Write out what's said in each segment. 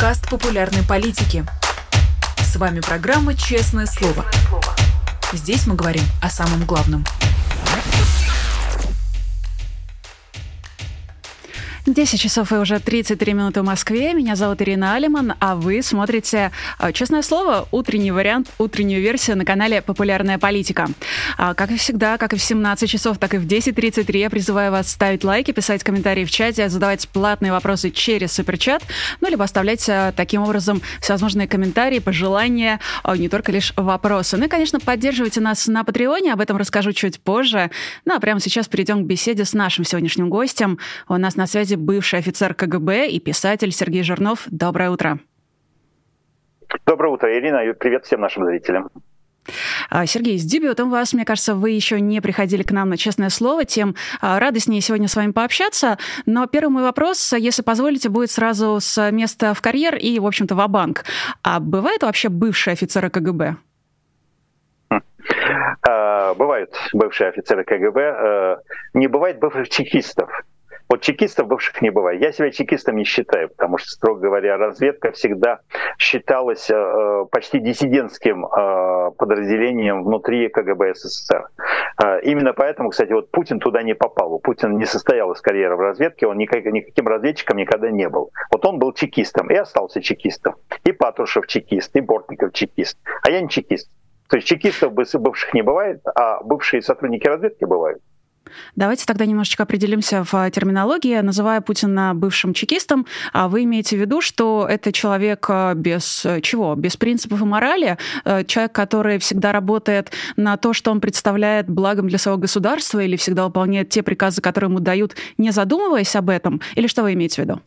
подкаст популярной политики. С вами программа «Честное слово». Здесь мы говорим о самом главном. 10 часов и уже 33 минуты в Москве. Меня зовут Ирина Алиман, а вы смотрите «Честное слово», утренний вариант, утреннюю версию на канале «Популярная политика». Как и всегда, как и в 17 часов, так и в 10:33 я призываю вас ставить лайки, писать комментарии в чате, задавать платные вопросы через суперчат, ну, либо оставлять таким образом всевозможные комментарии, пожелания, не только лишь вопросы. Ну и, конечно, поддерживайте нас на Патреоне, об этом расскажу чуть позже. Ну, а прямо сейчас перейдем к беседе с нашим сегодняшним гостем. У нас на связи бывший офицер КГБ и писатель Сергей Жирнов. Доброе утро. Доброе утро, Ирина, и привет всем нашим зрителям. Сергей, с дебютом вас, мне кажется, вы еще не приходили к нам на «Честное слово», тем радостнее сегодня с вами пообщаться. Но первый мой вопрос, если позволите, будет сразу с места в карьер и, в общем-то, ва-банк. А бывают вообще бывшие офицеры КГБ? Бывают бывшие офицеры КГБ. Не бывает бывших чекистов. Вот чекистов бывших не бывает. Я себя чекистом не считаю, потому что, строго говоря, разведка всегда считалась почти диссидентским подразделением внутри КГБ СССР. Именно поэтому, кстати, вот Путин туда не попал. У Путина не состоялась карьера в разведке, он никаким разведчиком никогда не был. Вот он был чекистом и остался чекистом. И Патрушев чекист, и Бортников чекист. А я не чекист. То есть чекистов бывших не бывает, а бывшие сотрудники разведки бывают. Давайте тогда немножечко определимся в терминологии. Называя Путина бывшим чекистом, вы имеете в виду, что это человек без чего? Без принципов и морали? Человек, который всегда работает на то, что он представляет благом для своего государства, или всегда выполняет те приказы, которые ему дают, не задумываясь об этом? Или что вы имеете в виду?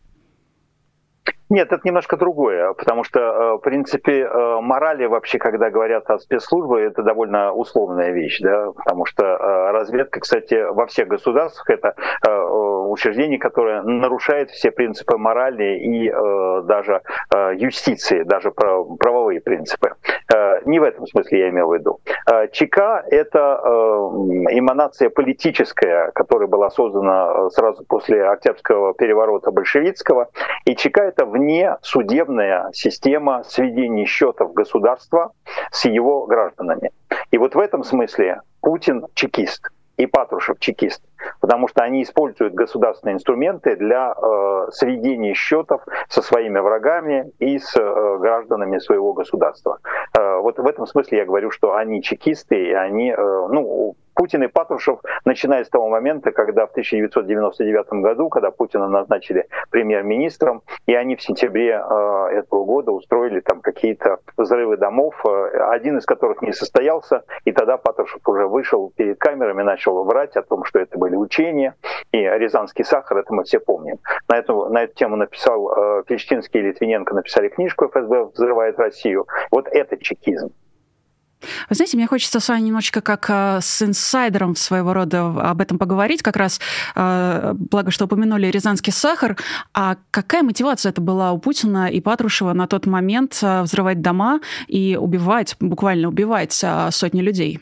Нет, это немножко другое, потому что, в принципе, морали вообще, когда говорят о спецслужбе, это довольно условная вещь, да, потому что разведка, кстати, во всех государствах это учреждение, которое нарушает все принципы морали и даже юстиции, даже правовые принципы. Не в этом смысле я имел в виду. ЧК — это эманация политическая, которая была создана сразу после Октябрьского переворота большевистского, и ЧК — это внесудебная система сведения счетов государства с его гражданами. И вот в этом смысле Путин чекист и Патрушев чекист, потому что они используют государственные инструменты для сведения счетов со своими врагами и с гражданами своего государства. Вот в этом смысле я говорю, что они чекисты, и они, Путин и Патрушев, начиная с того момента, когда в 1999 году, когда Путина назначили премьер-министром, и они в сентябре этого года устроили там какие-то взрывы домов, один из которых не состоялся, и тогда Патрушев уже вышел перед камерами, начал врать о том, что это были учения, и «Рязанский сахар», это мы все помним. На эту тему написал Клещинский и Литвиненко, написали книжку «ФСБ взрывает Россию». Вот это чекизм. Вы знаете, мне хочется с вами немножечко как с инсайдером своего рода об этом поговорить, как раз, благо, что упомянули «Рязанский сахар». А какая мотивация это была у Путина и Патрушева на тот момент взрывать дома и убивать, буквально убивать сотни людей?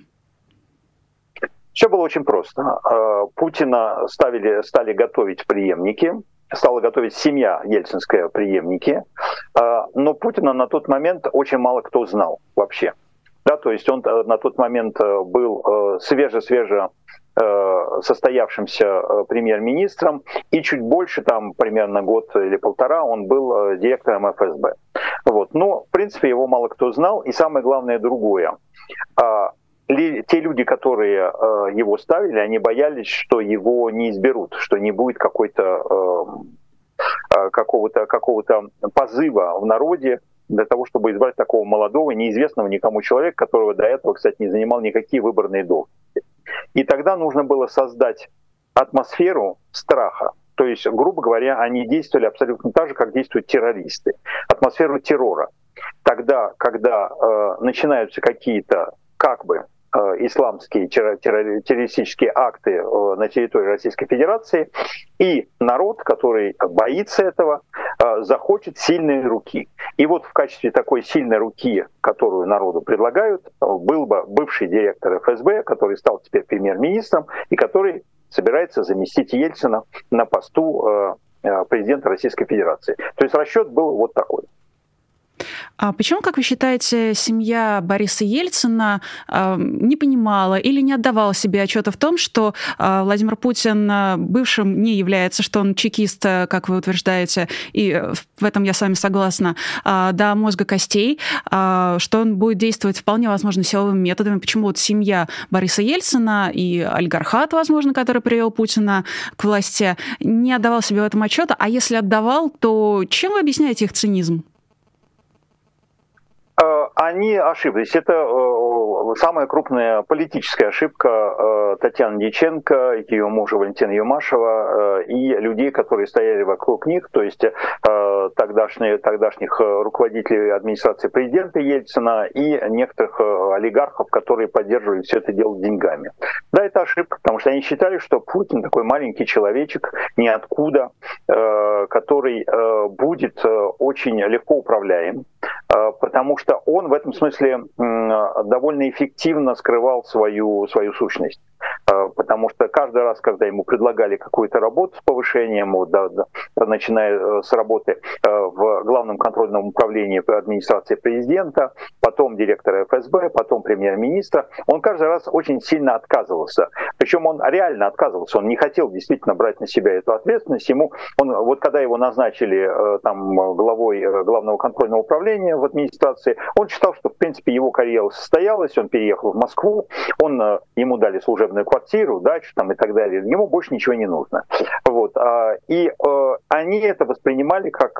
Все было очень просто. Путина стали готовить преемники, стала готовить семья ельцинская преемники, но Путина на тот момент очень мало кто знал вообще. Да, то есть он на тот момент был свеже состоявшимся премьер-министром, и чуть больше, там примерно год или полтора, он был директором ФСБ. Вот. Но, в принципе, его мало кто знал, и самое главное другое. Те люди, которые его ставили, они боялись, что его не изберут, что не будет какого-то позыва в народе для того, чтобы избрать такого молодого, неизвестного никому человека, которого до этого, кстати, не занимал никакие выборные должности. И тогда нужно было создать атмосферу страха. То есть, грубо говоря, они действовали абсолютно так же, как действуют террористы. Атмосферу террора. Тогда, когда начинаются какие-то исламские террористические акты на территории Российской Федерации, и народ, который боится этого, захочет сильной руки. И вот в качестве такой сильной руки, которую народу предлагают, был бы бывший директор ФСБ, который стал теперь премьер-министром, и который собирается заместить Ельцина на посту президента Российской Федерации. То есть расчет был вот такой. А почему, как вы считаете, семья Бориса Ельцина не понимала или не отдавала себе отчета в том, что Владимир Путин бывшим не является, что он чекист, как вы утверждаете, и в этом я с вами согласна, до мозга костей, что он будет действовать вполне возможно силовыми методами? Почему вот семья Бориса Ельцина и олигархат, возможно, который привел Путина к власти, не отдавал себе в этом отчета? А если отдавал, то чем вы объясняете их цинизм? Они ошиблись. Это самая крупная политическая ошибка Татьяны Дьяченко, ее мужа Валентина Юмашева и людей, которые стояли вокруг них, то есть тогдашних руководителей администрации президента Ельцина и некоторых олигархов, которые поддерживали все это дело деньгами. Да, это ошибка, потому что они считали, что Путин такой маленький человечек ниоткуда, который будет очень легко управляем, потому что он в этом смысле довольно эффективно скрывал свою сущность. Потому что каждый раз, когда ему предлагали какую-то работу с повышением, начиная с работы в Главном контрольном управлении администрации президента, потом директора ФСБ, потом премьер-министра, он каждый раз очень сильно отказывался. Причем он реально отказывался, он не хотел действительно брать на себя эту ответственность. Вот когда его назначили главой Главного контрольного управления в администрации, он считал, что в принципе его карьера состоялась, он переехал в Москву, ему дали служебную квартиру, дачу и так далее. Ему больше ничего не нужно. И они это воспринимали как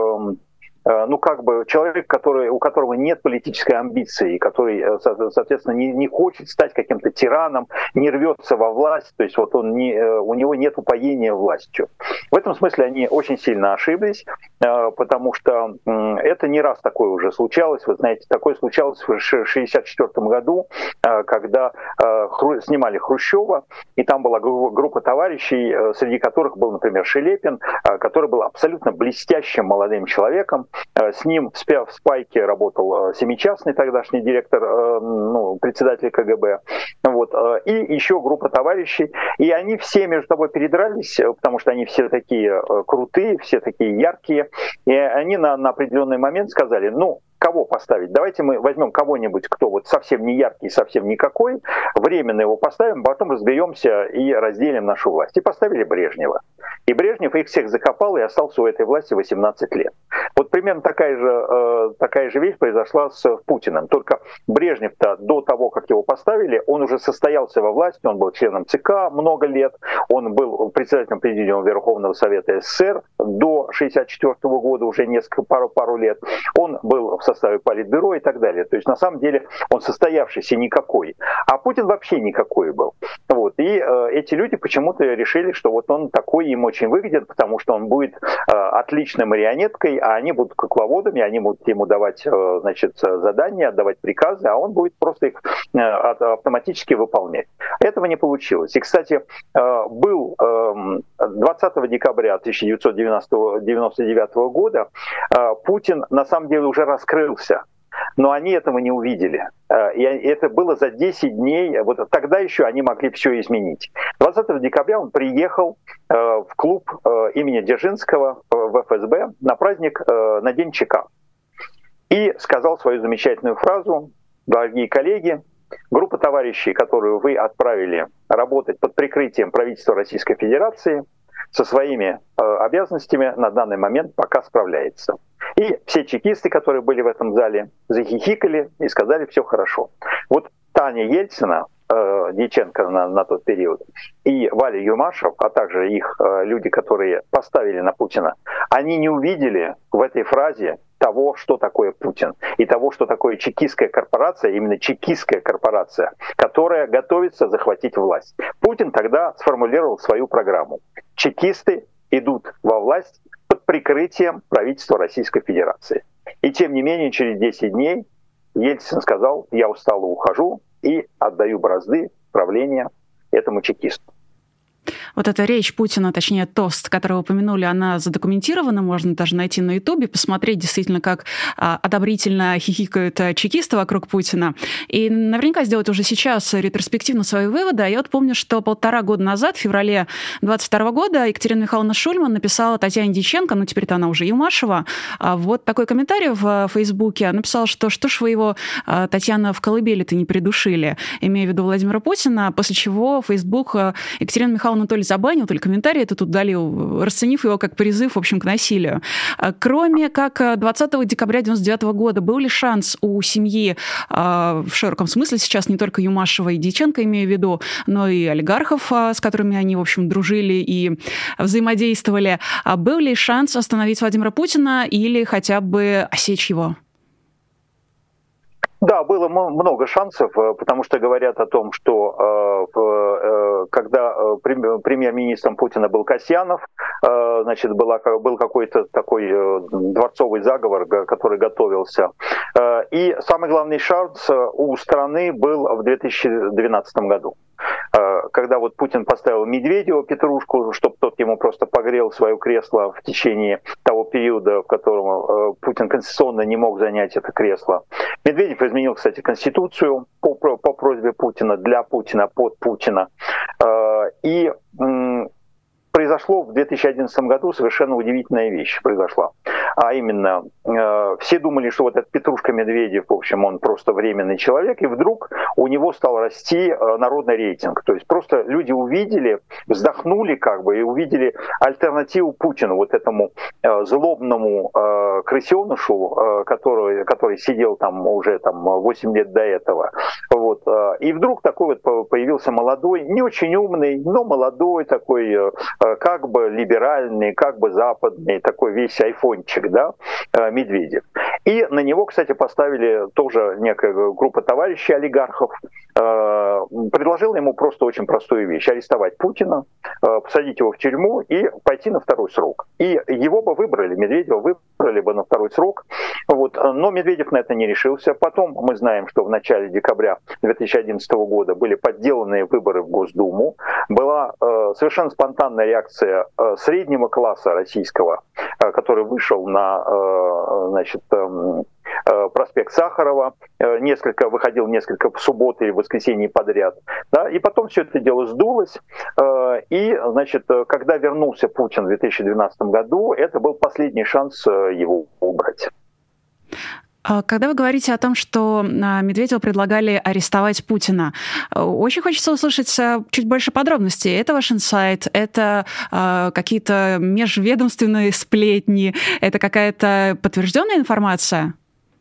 человек, у которого нет политической амбиции, который, соответственно, не хочет стать каким-то тираном, не рвется во власть, то есть у него нет упоения властью. В этом смысле они очень сильно ошиблись, потому что это не раз такое уже случалось. Вы знаете, такое случалось в 1964 году, когда снимали Хрущева, и там была группа товарищей, среди которых был, например, Шелепин, который был абсолютно блестящим молодым человеком. С ним в Спайке работал Семичастный, тогдашний директор, председатель КГБ. И еще группа товарищей. И они все между собой передрались, потому что они все такие крутые, все такие яркие. И они на определенный момент сказали, кого поставить? Давайте мы возьмем кого-нибудь, кто совсем не яркий, совсем никакой, временно его поставим, потом разберемся и разделим нашу власть. И поставили Брежнева. И Брежнев их всех закопал и остался у этой власти 18 лет. Примерно такая же вещь произошла с Путиным. Только Брежнев-то до того, как его поставили, он уже состоялся во власти, он был членом ЦК много лет, он был председателем Президиума Верховного Совета СССР до 1964 года, уже пару лет. Он был в составе Политбюро и так далее. То есть на самом деле он состоявшийся никакой. А Путин вообще никакой был. И эти люди почему-то решили, что он такой им очень выгоден, потому что он будет отличной марионеткой, а они будут кукловодами, они будут ему давать задания, отдавать приказы, а он будет просто их автоматически выполнять. Этого не получилось. И, кстати, был 20 декабря 1999 года Путин на самом деле уже раскрылся. Но они этого не увидели. И это было за 10 дней. Тогда еще они могли все изменить. 20 декабря он приехал в клуб имени Дзержинского в ФСБ на праздник, на День ЧК. И сказал свою замечательную фразу: «Дорогие коллеги, группа товарищей, которую вы отправили работать под прикрытием правительства Российской Федерации, со своими обязанностями на данный момент пока справляется». И все чекисты, которые были в этом зале, захихикали и сказали: все хорошо. Таня Ельцина, Дьяченко на тот период, и Валя Юмашев, а также их люди, которые поставили на Путина, они не увидели в этой фразе того, что такое Путин, и того, что такое чекистская корпорация, именно чекистская корпорация, которая готовится захватить власть. Путин тогда сформулировал свою программу. Чекисты идут во власть под прикрытием правительства Российской Федерации. И тем не менее, через 10 дней Ельцин сказал: я устал и ухожу, и отдаю бразды правления этому чекисту. Вот эта речь Путина, точнее тост, который упомянули, она задокументирована, можно даже найти на Ютубе, посмотреть действительно, как одобрительно хихикают чекисты вокруг Путина. И наверняка сделать уже сейчас ретроспективно свои выводы. А я вот помню, что 1,5 года назад, в феврале 2022 года, Екатерина Михайловна Шульман написала Татьяне Дьяченко, ну теперь-то она уже Юмашева, вот такой комментарий в Фейсбуке. Написала, что ж вы его, Татьяна, в колыбели-то не придушили, имея в виду Владимира Путина, после чего Фейсбук Екатерина Михайловна то ли забанил, то ли комментарий этот удалил, расценив его как призыв, в общем, к насилию. Кроме как 20 декабря 1999 года был ли шанс у семьи, в широком смысле сейчас не только Юмашева и Дьяченко, имею в виду, но и олигархов, с которыми они, в общем, дружили и взаимодействовали, был ли шанс остановить Владимира Путина или хотя бы осечь его? Да, было много шансов, потому что говорят о том, что когда премьер-министром Путина был Касьянов, значит, был какой-то такой дворцовый заговор, который готовился. И самый главный шанс у страны был в 2012 году, когда вот Путин поставил Медведева, Петрушку, чтобы тот ему просто погрел свое кресло в течение того периода, в котором Путин конституционно не мог занять это кресло. Медведев изменил, кстати, Конституцию по просьбе Путина, для Путина, под Путина. И произошло в 2011 году совершенно удивительная вещь произошла. А именно, все думали, что вот этот Петрушка Медведев, в общем, он просто временный человек, и вдруг у него стал расти народный рейтинг. То есть просто люди увидели, вздохнули как бы и увидели альтернативу Путину, вот этому злобному крысенышу, который сидел там уже 8 лет до этого. Вот. И вдруг такой вот появился молодой, не очень умный, но молодой такой, как бы либеральный, как бы западный, такой весь айфончик, да, Медведев. И на него, кстати, поставили тоже некая группа товарищей олигархов, предложила ему просто очень простую вещь: арестовать Путина, посадить его в тюрьму и пойти на второй срок. И его бы выбрали, Медведева выбрали бы на второй срок, вот. Но Медведев на это не решился. Потом мы знаем, что в начале декабря 2011 года были подделанные выборы в Госдуму, была совершенно спонтанная реакция среднего класса российского, который вышел на, значит, проспект Сахарова, выходил несколько в субботу или в воскресенье подряд, да, и потом все это дело сдулось, и, значит, когда вернулся Путин в 2012 году, это был последний шанс его убрать. Когда вы говорите о том, что Медведеву предлагали арестовать Путина, очень хочется услышать чуть больше подробностей. Это ваш инсайт, это какие-то межведомственные сплетни, это какая-то подтвержденная информация?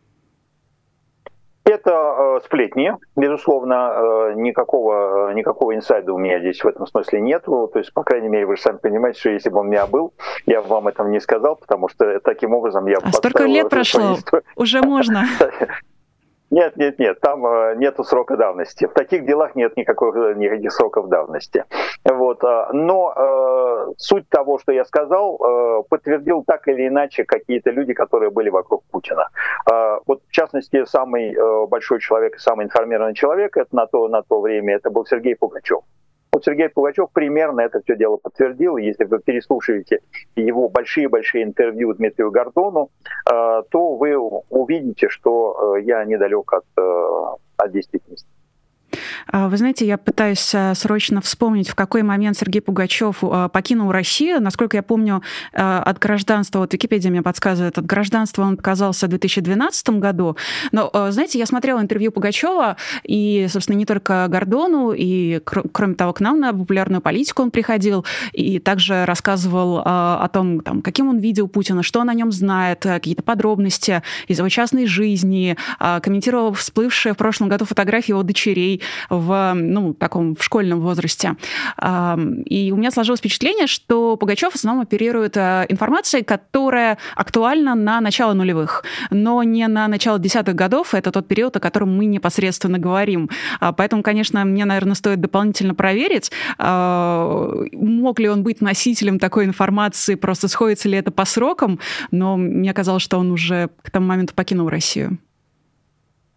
Это сплетни, безусловно, никакого инсайда у меня здесь в этом смысле нету. То есть, по крайней мере, вы же сами понимаете, что если бы он у меня был, я бы вам этого не сказал, потому что таким образом я... А столько лет прошло, уже можно. Нет, там нету срока давности. В таких делах нет никаких сроков давности. Вот. Но суть того, что я сказал, подтвердил так или иначе какие-то люди, которые были вокруг Путина. Вот, в частности, самый большой человек, самый информированный человек это на то время, это был Сергей Пугачев. Вот Сергей Пугачев примерно это все дело подтвердил. Если вы переслушаете его большие-большие интервью Дмитрию Гордону, то вы увидите, что я недалек от действительности. Вы знаете, я пытаюсь срочно вспомнить, в какой момент Сергей Пугачев покинул Россию. Насколько я помню, от гражданства, вот Википедия мне подсказывает, от гражданства он отказался в 2012 году. Но, знаете, я смотрела интервью Пугачева, и, собственно, не только Гордону, и, кроме того, к нам на популярную политику он приходил, и также рассказывал о том, каким он видел Путина, что он о нем знает, какие-то подробности из его частной жизни, комментировал всплывшие в прошлом году фотографии его дочерей в таком в школьном возрасте. И у меня сложилось впечатление, что Пугачев в основном оперирует информацией, которая актуальна на начало нулевых, но не на начало десятых годов. Это тот период, о котором мы непосредственно говорим. Поэтому, конечно, мне, наверное, стоит дополнительно проверить, мог ли он быть носителем такой информации, просто сходится ли это по срокам, но мне казалось, что он уже к тому моменту покинул Россию.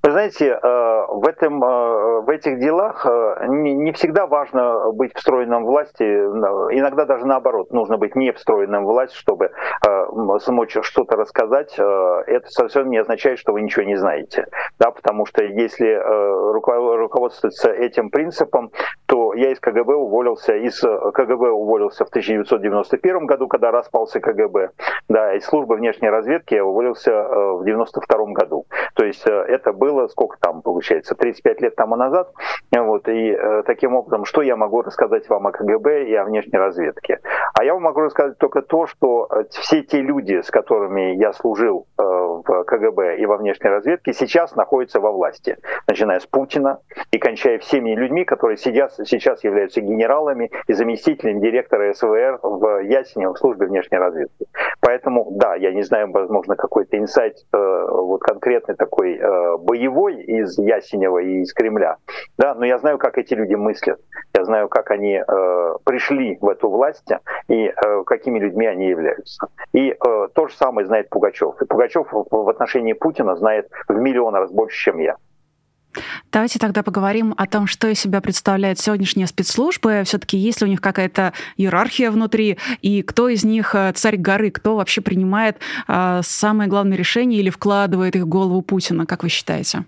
Вы знаете, в этих делах не всегда важно быть встроенным в власти, иногда даже наоборот, нужно быть не встроенным в власть, чтобы смочь что-то рассказать. Это совершенно не означает, что вы ничего не знаете, да, потому что если руководствоваться этим принципом, то я из КГБ уволился в 1991 году, когда распался КГБ, да, из службы внешней разведки я уволился в 1992 году. То есть это было, сколько там получается, 35 лет тому назад. Вот, и таким образом, что я могу рассказать вам о КГБ и о внешней разведке? А я вам могу рассказать только то, что все те люди, с которыми я служил в КГБ и во внешней разведке, сейчас находятся во власти, начиная с Путина и кончая всеми людьми, которые сейчас являются генералами и заместителями директора СВР в Ясине в службе внешней разведки. Поэтому, да, я не знаю, возможно, какой-то инсайт вот конкретный такой боевой из Ясенева и из Кремля, да, но я знаю, как эти люди мыслят, я знаю, как они пришли в эту власть и какими людьми они являются. И то же самое знает Пугачев. И Пугачев в отношении Путина знает в миллион раз больше, чем я. Давайте тогда поговорим о том, что из себя представляют сегодняшние спецслужбы. Все-таки есть ли у них какая-то иерархия внутри, и кто из них царь горы, кто вообще принимает самые главные решения или вкладывает их в голову Путина, как вы считаете?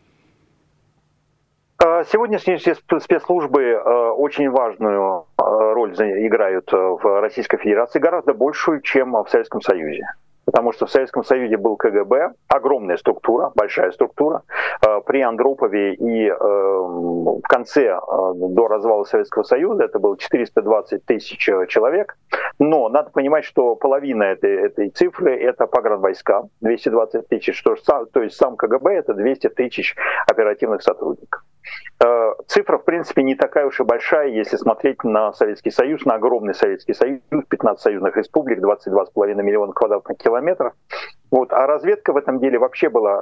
Сегодняшние спецслужбы очень важную роль играют в Российской Федерации, гораздо большую, чем в Советском Союзе. Потому что в Советском Союзе был КГБ, огромная структура, большая структура. При Андропове и в конце, до развала Советского Союза, это было 420 тысяч человек. Но надо понимать, что половина этой цифры — это погранвойска, 220 тысяч, то есть сам КГБ — это 200 тысяч оперативных сотрудников. Цифра, в принципе, не такая уж и большая, если смотреть на Советский Союз, на огромный Советский Союз, 15 союзных республик, 22,5 миллиона квадратных километров. Вот. А разведка в этом деле вообще была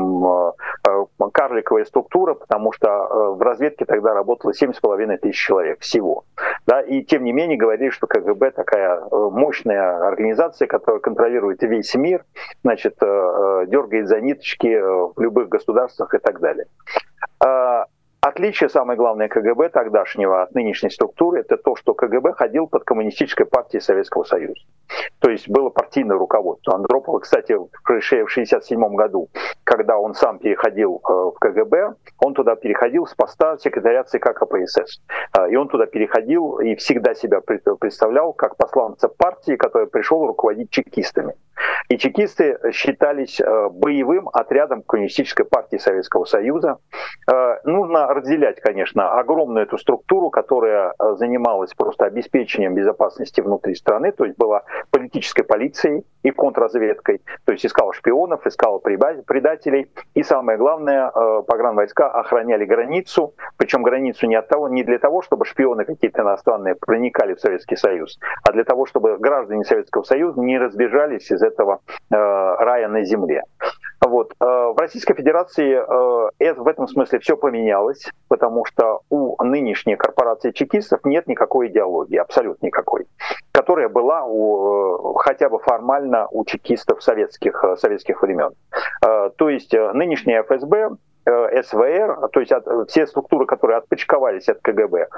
карликовая структура, потому что в разведке тогда работало 7,5 тысяч человек всего. Да? И тем не менее говорили, что КГБ такая мощная организация, которая контролирует весь мир, значит, дергает за ниточки в любых государствах и так далее. Отличие, самое главное, КГБ тогдашнего от нынешней структуры, это то, что КГБ ходил под коммунистической партией Советского Союза. То есть было партийное руководство. Андропов, кстати, в 1967 году, когда он сам переходил в КГБ, он туда переходил с поста секретаря ЦК КПСС. И он туда переходил и всегда себя представлял как посланца партии, который пришел руководить чекистами. И чекисты считались боевым отрядом коммунистической партии Советского Союза. Нужно разделять, конечно, огромную эту структуру, которая занималась просто обеспечением безопасности внутри страны, то есть была политической полицией и контрразведкой, то есть искала шпионов, искала предателей. И самое главное, погранвойска охраняли границу, причем границу не для того, чтобы шпионы какие-то иностранные проникали в Советский Союз, а для того, чтобы граждане Советского Союза не разбежались из этого рая на земле. Вот. В Российской Федерации в этом смысле все поменялось, потому что у нынешней корпорации чекистов нет никакой идеологии, абсолютно никакой, которая была хотя бы формально у чекистов советских времен. То есть нынешняя ФСБ, СВР, то есть все структуры, которые отпочковались от КГБ,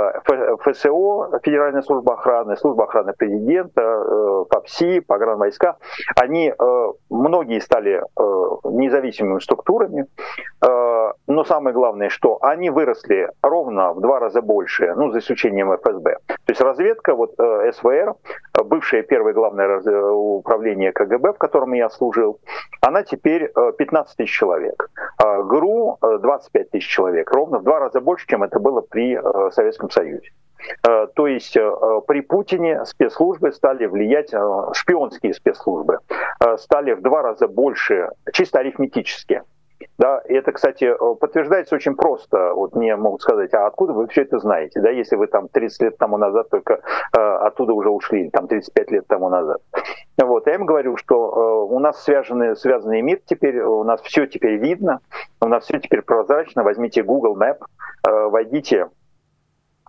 ФСО, Федеральная служба охраны президента, ФАПСИ, погранвойска, они многие стали независимыми структурами, но самое главное, что они выросли ровно в 2 раза больше, за исключением ФСБ. То есть разведка, СВР, бывшее первое главное управление КГБ, в котором я служил, она теперь 15 тысяч человек. ГРУ 25 тысяч человек, ровно в 2 раза больше, чем это было при Советском Союзе. То есть при Путине спецслужбы стали влиять, шпионские спецслужбы стали в 2 раза больше, чисто арифметически. Да, и это, кстати, подтверждается очень просто. Вот мне могут сказать, а откуда вы все это знаете, да, если вы там 30 лет тому назад только оттуда уже ушли, там 35 лет тому назад. Вот, я им говорю, что у нас связанный мир теперь, у нас все теперь видно, у нас все теперь прозрачно. Возьмите Google Map, войдите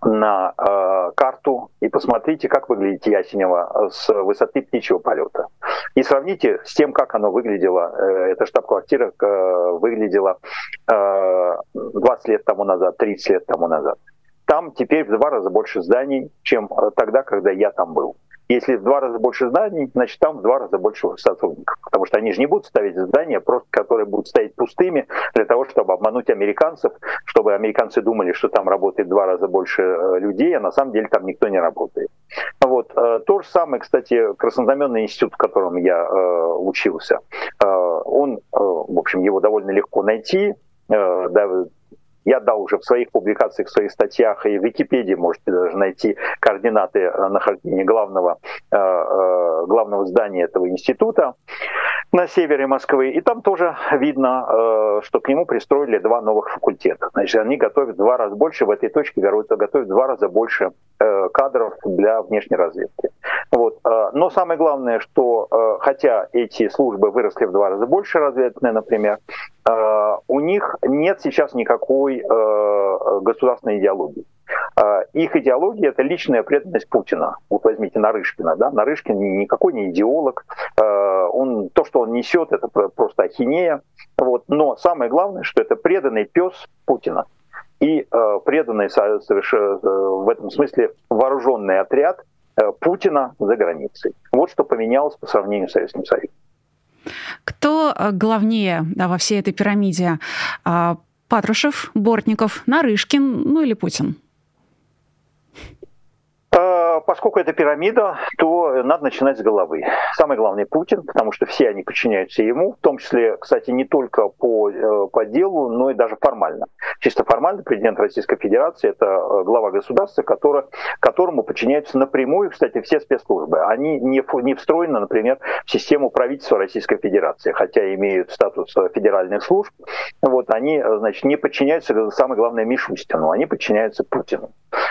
на карту и посмотрите, как выглядит Ясенево с высоты птичьего полета. И сравните с тем, как оно выглядело, эта штаб-квартира выглядела 20 лет тому назад, 30 лет тому назад. Там теперь в 2 раза больше зданий, чем тогда, когда я там был. Если в 2 раза больше зданий, значит там в 2 раза больше сотрудников. Потому что они же не будут ставить здания, просто которые будут стоять пустыми для того, чтобы обмануть американцев, чтобы американцы думали, что там работает в 2 раза больше людей, а на самом деле там никто не работает. Вот. То же самое, кстати, Краснознаменный институт, в котором я учился. Он, в общем, его довольно легко найти. Я дал уже в своих публикациях, в своих статьях, и в Википедии можете даже найти координаты нахождения главного здания этого института на севере Москвы. И там тоже видно, что к нему пристроили 2 новых факультета. Значит, они готовят в 2 раза больше, в этой точке готовят в 2 раза больше кадров для внешней разведки. Вот. Но самое главное, что хотя эти службы выросли в 2 раза больше, разведывательные, например, у них нет сейчас никакой государственной идеологии. Их идеология — это личная преданность Путина. Вот возьмите Нарышкина. Да? Нарышкин никакой не идеолог. То, что он несет, это просто ахинея. Вот. Но самое главное, что это преданный пес Путина. И преданный в этом смысле вооруженный отряд Путина за границей. Вот что поменялось по сравнению с Советским Союзом. Кто главнее во всей этой пирамиде? Патрушев, Бортников, Нарышкин, ну или Путин? Поскольку это пирамида, то надо начинать с головы. Самый главный Путин, потому что все они подчиняются ему, в том числе, кстати, не только по делу, но и даже формально. Чисто формально президент Российской Федерации — это глава государства, которому подчиняются напрямую, кстати, все спецслужбы. Они не встроены, например, в систему правительства Российской Федерации, хотя имеют статус федеральных служб. Вот, они, значит, не подчиняются, самое главное, Мишустину, они подчиняются Путину.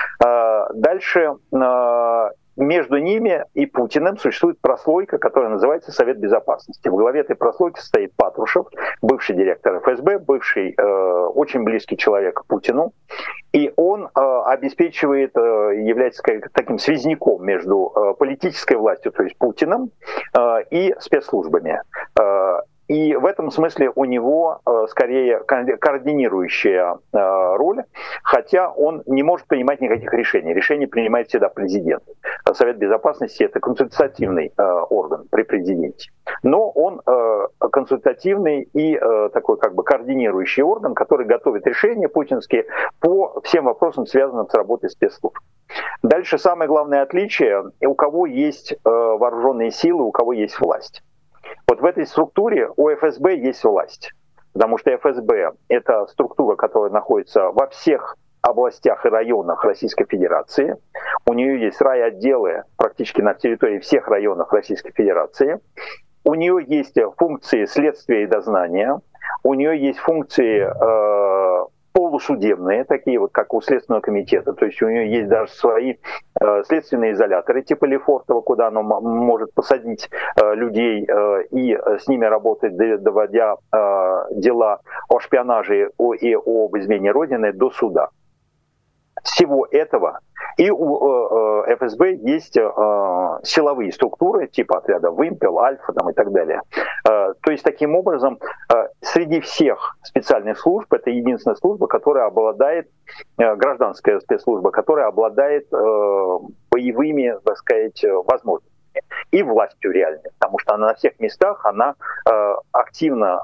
Дальше между ними и Путиным существует прослойка, которая называется Совет Безопасности. В главе этой прослойки стоит Патрушев, бывший директор ФСБ, бывший очень близкий человек к Путину. И он обеспечивает, является таким связником между политической властью, то есть Путиным, и спецслужбами. И в этом смысле у него скорее координирующая роль, хотя он не может принимать никаких решений. Решения принимает всегда президент. Совет Безопасности — это консультативный орган при президенте. Но он консультативный и такой как бы координирующий орган, который готовит решения путинские по всем вопросам, связанным с работой спецслужб. Дальше самое главное отличие: у кого есть вооруженные силы, у кого есть власть. Вот в этой структуре у ФСБ есть власть, потому что ФСБ — это структура, которая находится во всех областях и районах Российской Федерации. У нее есть райотделы практически на территории всех районов Российской Федерации. У нее есть функции следствия и дознания. У нее есть функции полусудебные, такие вот, как у Следственного комитета. То есть у нее есть даже свои следственные изоляторы типа Лефортово, куда она может посадить людей и с ними работать, доводя дела о шпионаже и об измене Родины до суда. Всего этого. И у ФСБ есть силовые структуры типа отряда «Вымпел», «Альфа» там, и так далее. То есть таким образом среди всех специальных служб это единственная служба, которая обладает, гражданская спецслужба, которая обладает боевыми, так сказать, возможностями и властью реальной, потому что она на всех местах, она активно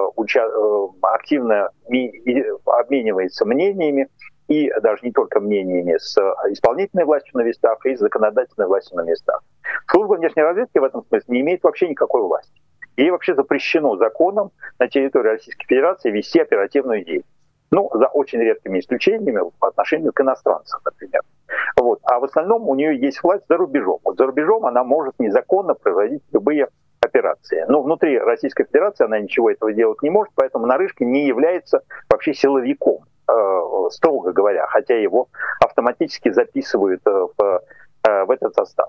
обменивается мнениями, и даже не только мнениями с исполнительной властью на местах и с законодательной властью на местах. Служба внешней разведки в этом смысле не имеет вообще никакой власти. Ей вообще запрещено законом на территории Российской Федерации вести оперативную деятельность. Ну, за очень редкими исключениями по отношению к иностранцам, например. Вот. А в основном у нее есть власть за рубежом. Вот за рубежом она может незаконно производить любые операции. Но внутри Российской Федерации она ничего этого делать не может, поэтому Нарышкин не является вообще силовиком, строго говоря, хотя его автоматически записывают в этот состав.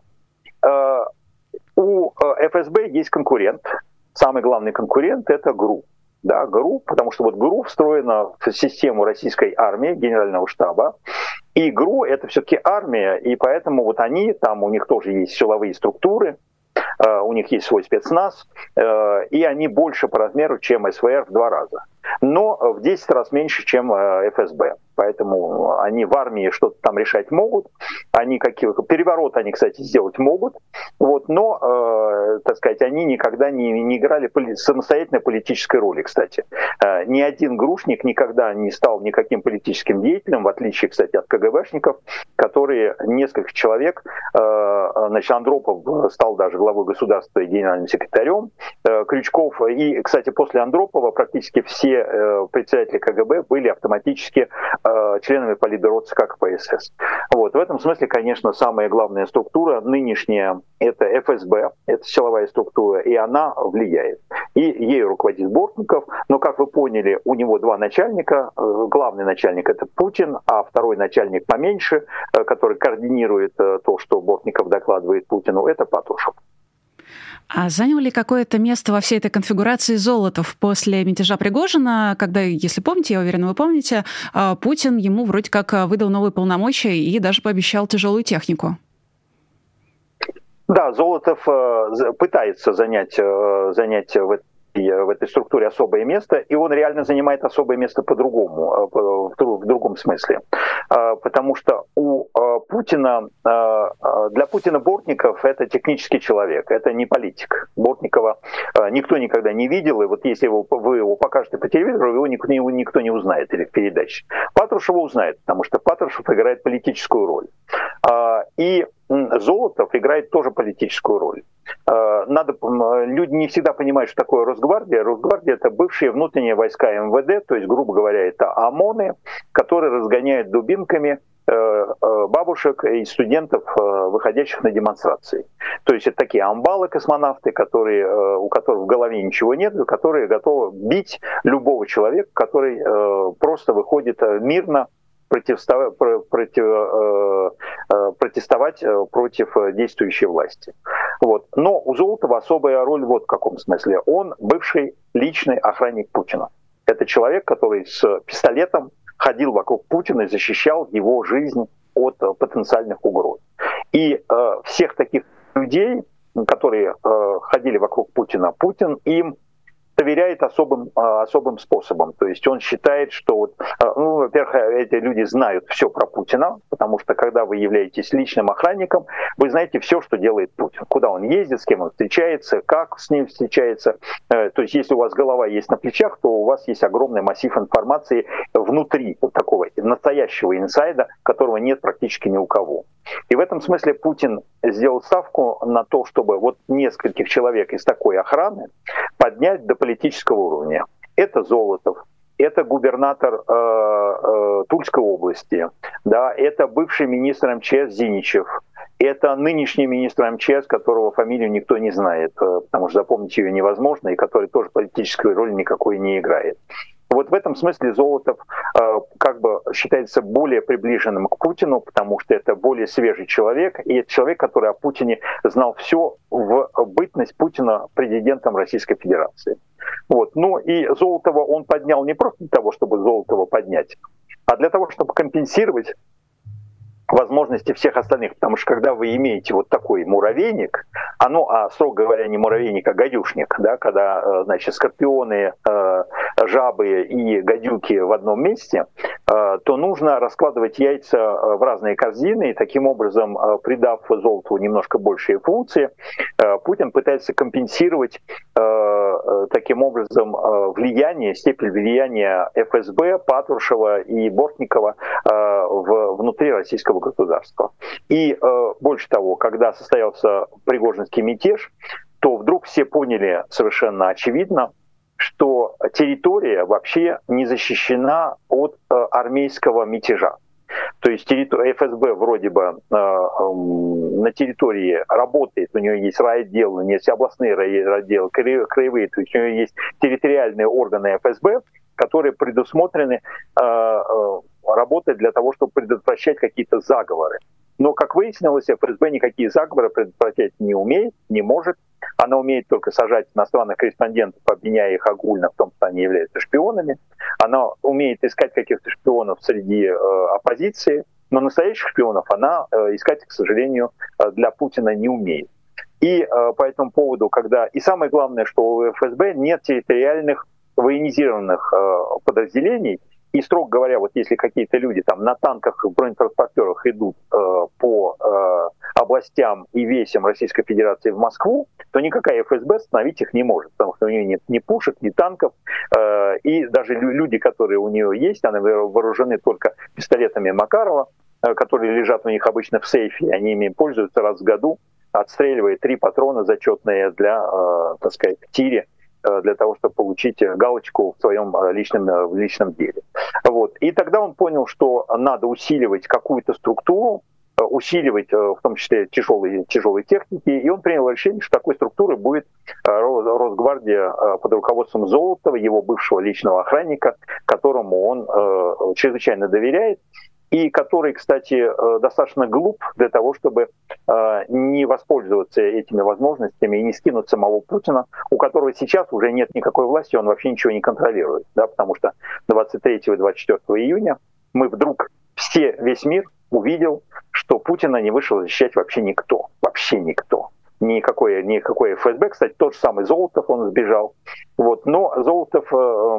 У ФСБ есть конкурент. Самый главный конкурент — это ГРУ. Да, ГРУ, потому что вот ГРУ встроена в систему российской армии, генерального штаба, И ГРУ — это все-таки армия, и поэтому вот они, там у них тоже есть силовые структуры, у них есть свой спецназ, и они больше по размеру, чем СВР в 2 раза. Но в 10 раз меньше, чем ФСБ. Поэтому они в армии что-то там решать могут. Переворот они, кстати, сделать могут. Вот, но, так сказать, они никогда не играли самостоятельной политической роли, кстати. Ни один ГРУшник никогда не стал никаким политическим деятелем, в отличие, кстати, от КГБшников, которые несколько человек, значит, Андропов стал даже главой государства и генеральным секретарем, Крючков, и, кстати, после Андропова практически все председатели КГБ были автоматически членами Политбюро ЦК КПСС. Вот. В этом смысле, конечно, самая главная структура нынешняя — это ФСБ, это силовая структура, и она влияет. И ею руководит Бортников, но, как вы поняли, у него 2 начальника. Главный начальник — это Путин, а второй начальник поменьше, который координирует то, что Бортников докладывает Путину, это Патрушев. А занял ли какое-то место во всей этой конфигурации Золотов после мятежа Пригожина, когда, если помните, я уверена, вы помните, Путин ему вроде как выдал новые полномочия и даже пообещал тяжелую технику? Да, Золотов пытается занять в этой структуре особое место, и он реально занимает особое место по-другому, в другом смысле. Потому что для Путина Бортников — это технический человек, это не политик. Бортникова никто никогда не видел, и вот если вы его покажете по телевизору, его никто не узнает или в передаче. Патрушева узнает, потому что Патрушев играет политическую роль. И Золотов играет тоже политическую роль. Люди не всегда понимают, что такое Росгвардия. Росгвардия — это бывшие внутренние войска МВД, то есть, грубо говоря, это ОМОНы, которые разгоняют дубинками бабушек и студентов, выходящих на демонстрации. То есть это такие амбалы-космонавты, у которых в голове ничего нет, которые готовы бить любого человека, который просто выходит мирно протестовать против действующей власти. Вот. Но у Золотова особая роль вот в каком смысле. Он бывший личный охранник Путина. Это человек, который с пистолетом ходил вокруг Путина и защищал его жизнь от потенциальных угроз. И всех таких людей, которые ходили вокруг Путина, Путин им доверяет особым способом. То есть он считает, что, во-первых, эти люди знают все про Путина, потому что когда вы являетесь личным охранником, вы знаете все, что делает Путин. Куда он ездит, с кем он встречается, как с ним встречается. То есть если у вас голова есть на плечах, то у вас есть огромный массив информации внутри вот такого настоящего инсайда, которого нет практически ни у кого. И в этом смысле Путин сделал ставку на то, чтобы вот нескольких человек из такой охраны поднять до политического уровня. Это Золотов, это губернатор Тульской области, да, это бывший министр МЧС Зиничев, это нынешний министр МЧС, которого фамилию никто не знает, потому что запомнить ее невозможно, и который тоже политической роли никакой не играет. Вот в этом смысле Золотов как бы считается более приближенным к Путину, потому что это более свежий человек, и это человек, который о Путине знал все в бытность Путина президентом Российской Федерации. Вот. Ну и Золотова он поднял не просто для того, чтобы Золотова поднять, а для того, чтобы компенсировать возможности всех остальных, потому что когда вы имеете вот такой муравейник, строго говоря, не муравейник, а гадюшник, да, когда, значит, скорпионы, жабы и гадюки в одном месте, то нужно раскладывать яйца в разные корзины, и таким образом, придав Золотову немножко большие функции, Путин пытается компенсировать таким образом степень влияния ФСБ, Патрушева и Бортникова внутри российского государства. И больше того, когда состоялся Пригожинский мятеж, то вдруг все поняли совершенно очевидно, что территория вообще не защищена от армейского мятежа. То есть ФСБ вроде бы на территории работает, у нее есть райотдел, у нее есть областные райотделы, краевые, то есть у нее есть территориальные органы ФСБ, которые предусмотрены работать для того, чтобы предотвращать какие-то заговоры. Но, как выяснилось, ФСБ никакие заговоры предотвратить не умеет, не может. Она умеет только сажать иностранных корреспондентов, обвиняя их огульно в том, что они являются шпионами. Она умеет искать каких-то шпионов среди оппозиции. но настоящих шпионов она искать, к сожалению, для Путина не умеет. И по этому поводу, И самое главное, что у ФСБ нет территориальных военизированных подразделений, и, строго говоря, вот если какие-то люди там на танках, в бронетранспортерах идут по областям и весям Российской Федерации в Москву, то никакая ФСБ остановить их не может, потому что у нее нет ни пушек, ни танков, и даже люди, которые у нее есть, они вооружены только пистолетами Макарова, которые лежат у них обычно в сейфе, они ими пользуются раз в году, отстреливая 3 патрона зачетные для, так сказать, в тире, для того, чтобы получить галочку в своем личном деле. Вот. И тогда он понял, что надо усиливать какую-то структуру, усиливать в том числе тяжелые техники, и он принял решение, что такой структурой будет Росгвардия под руководством Золотова, его бывшего личного охранника, которому он чрезвычайно доверяет, и который, кстати, достаточно глуп для того, чтобы не воспользоваться этими возможностями и не скинуть самого Путина, у которого сейчас уже нет никакой власти, он вообще ничего не контролирует, да, потому что 23 и 24 июня весь мир увидел, что Путина не вышел защищать вообще никто. Никакой ФСБ, кстати, тот же самый Золотов, он сбежал. Вот. Но Золотов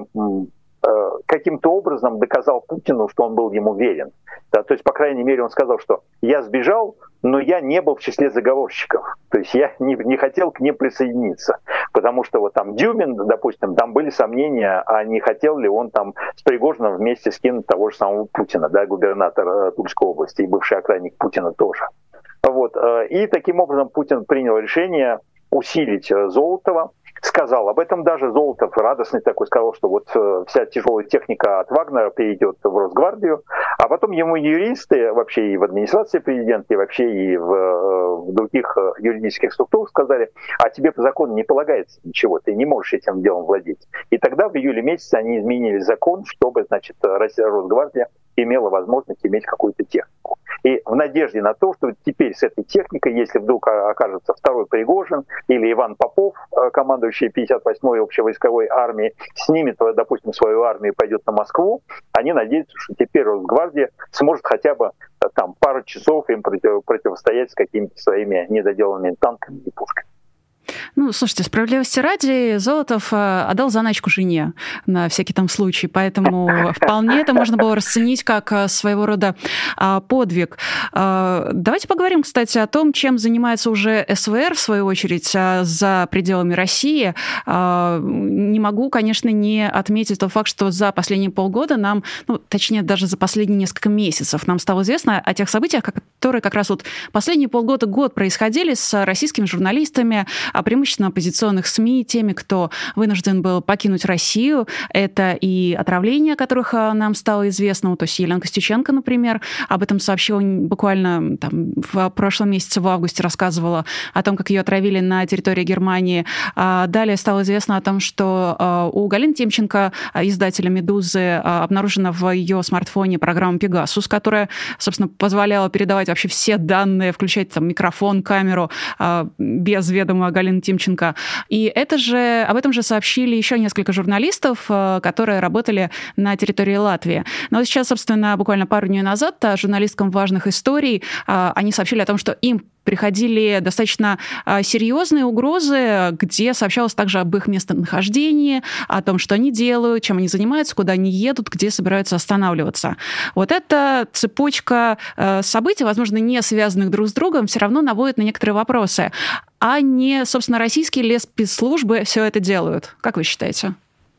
каким-то образом доказал Путину, что он был ему верен. Да, то есть, по крайней мере, он сказал, что я сбежал, но я не был в числе заговорщиков. То есть я не хотел к ним присоединиться. Потому что вот там Дюмин, допустим, там были сомнения, а не хотел ли он там с Пригожиным вместе скинуть того же самого Путина, да, губернатор Тульской области и бывший охранник Путина тоже. Вот. И таким образом Путин принял решение усилить Золотова. Сказал об этом даже Золотов, радостный такой, сказал, что вот вся тяжелая техника от Вагнера перейдет в Росгвардию, а потом ему юристы вообще и в администрации президента, и вообще и в других юридических структурах сказали, а тебе по закону не полагается ничего, ты не можешь этим делом владеть. И тогда в июле месяце они изменили закон, чтобы, значит, Росгвардия имела возможность иметь какую-то технику. И в надежде на то, что теперь с этой техникой, если вдруг окажется второй Пригожин или Иван Попов, командующий 58-й общевойсковой армией, снимет, допустим, свою армию и пойдет на Москву, они надеются, что теперь Росгвардия сможет хотя бы там пару часов им противостоять с какими-то своими недоделанными танками и пушками. Ну, слушайте, справедливости ради, Золотов отдал заначку жене на всякий там случай, поэтому вполне это можно было расценить как своего рода подвиг. Давайте поговорим, кстати, о том, чем занимается уже СВР, в свою очередь, за пределами России. Не могу, конечно, не отметить тот факт, что за последние полгода нам, точнее, даже за последние несколько месяцев нам стало известно о тех событиях, которые как раз вот последние полгода-год происходили с российскими журналистами, преимущественно оппозиционных СМИ, теми, кто вынужден был покинуть Россию. Это и отравления, о которых нам стало известно. То есть Елена Костюченко, например, об этом сообщила буквально там, в прошлом месяце, в августе, рассказывала о том, как ее отравили на территории Германии. Далее стало известно о том, что у Галины Тимченко, издателя «Медузы», обнаружена в ее смартфоне программа «Пегасус», которая, собственно, позволяла передавать вообще все данные, включать там микрофон, камеру без ведома Галины Тимченко. И об этом же сообщили еще несколько журналистов, которые работали на территории Латвии. Но сейчас, собственно, буквально пару дней назад журналисткам важных историй они сообщили о том, что им приходили достаточно серьезные угрозы, где сообщалось также об их местонахождении, о том, что они делают, чем они занимаются, куда они едут, где собираются останавливаться. Вот эта цепочка событий, возможно, не связанных друг с другом, все равно наводит на некоторые вопросы. А не, собственно, российские ли спецслужбы все это делают? Как вы считаете?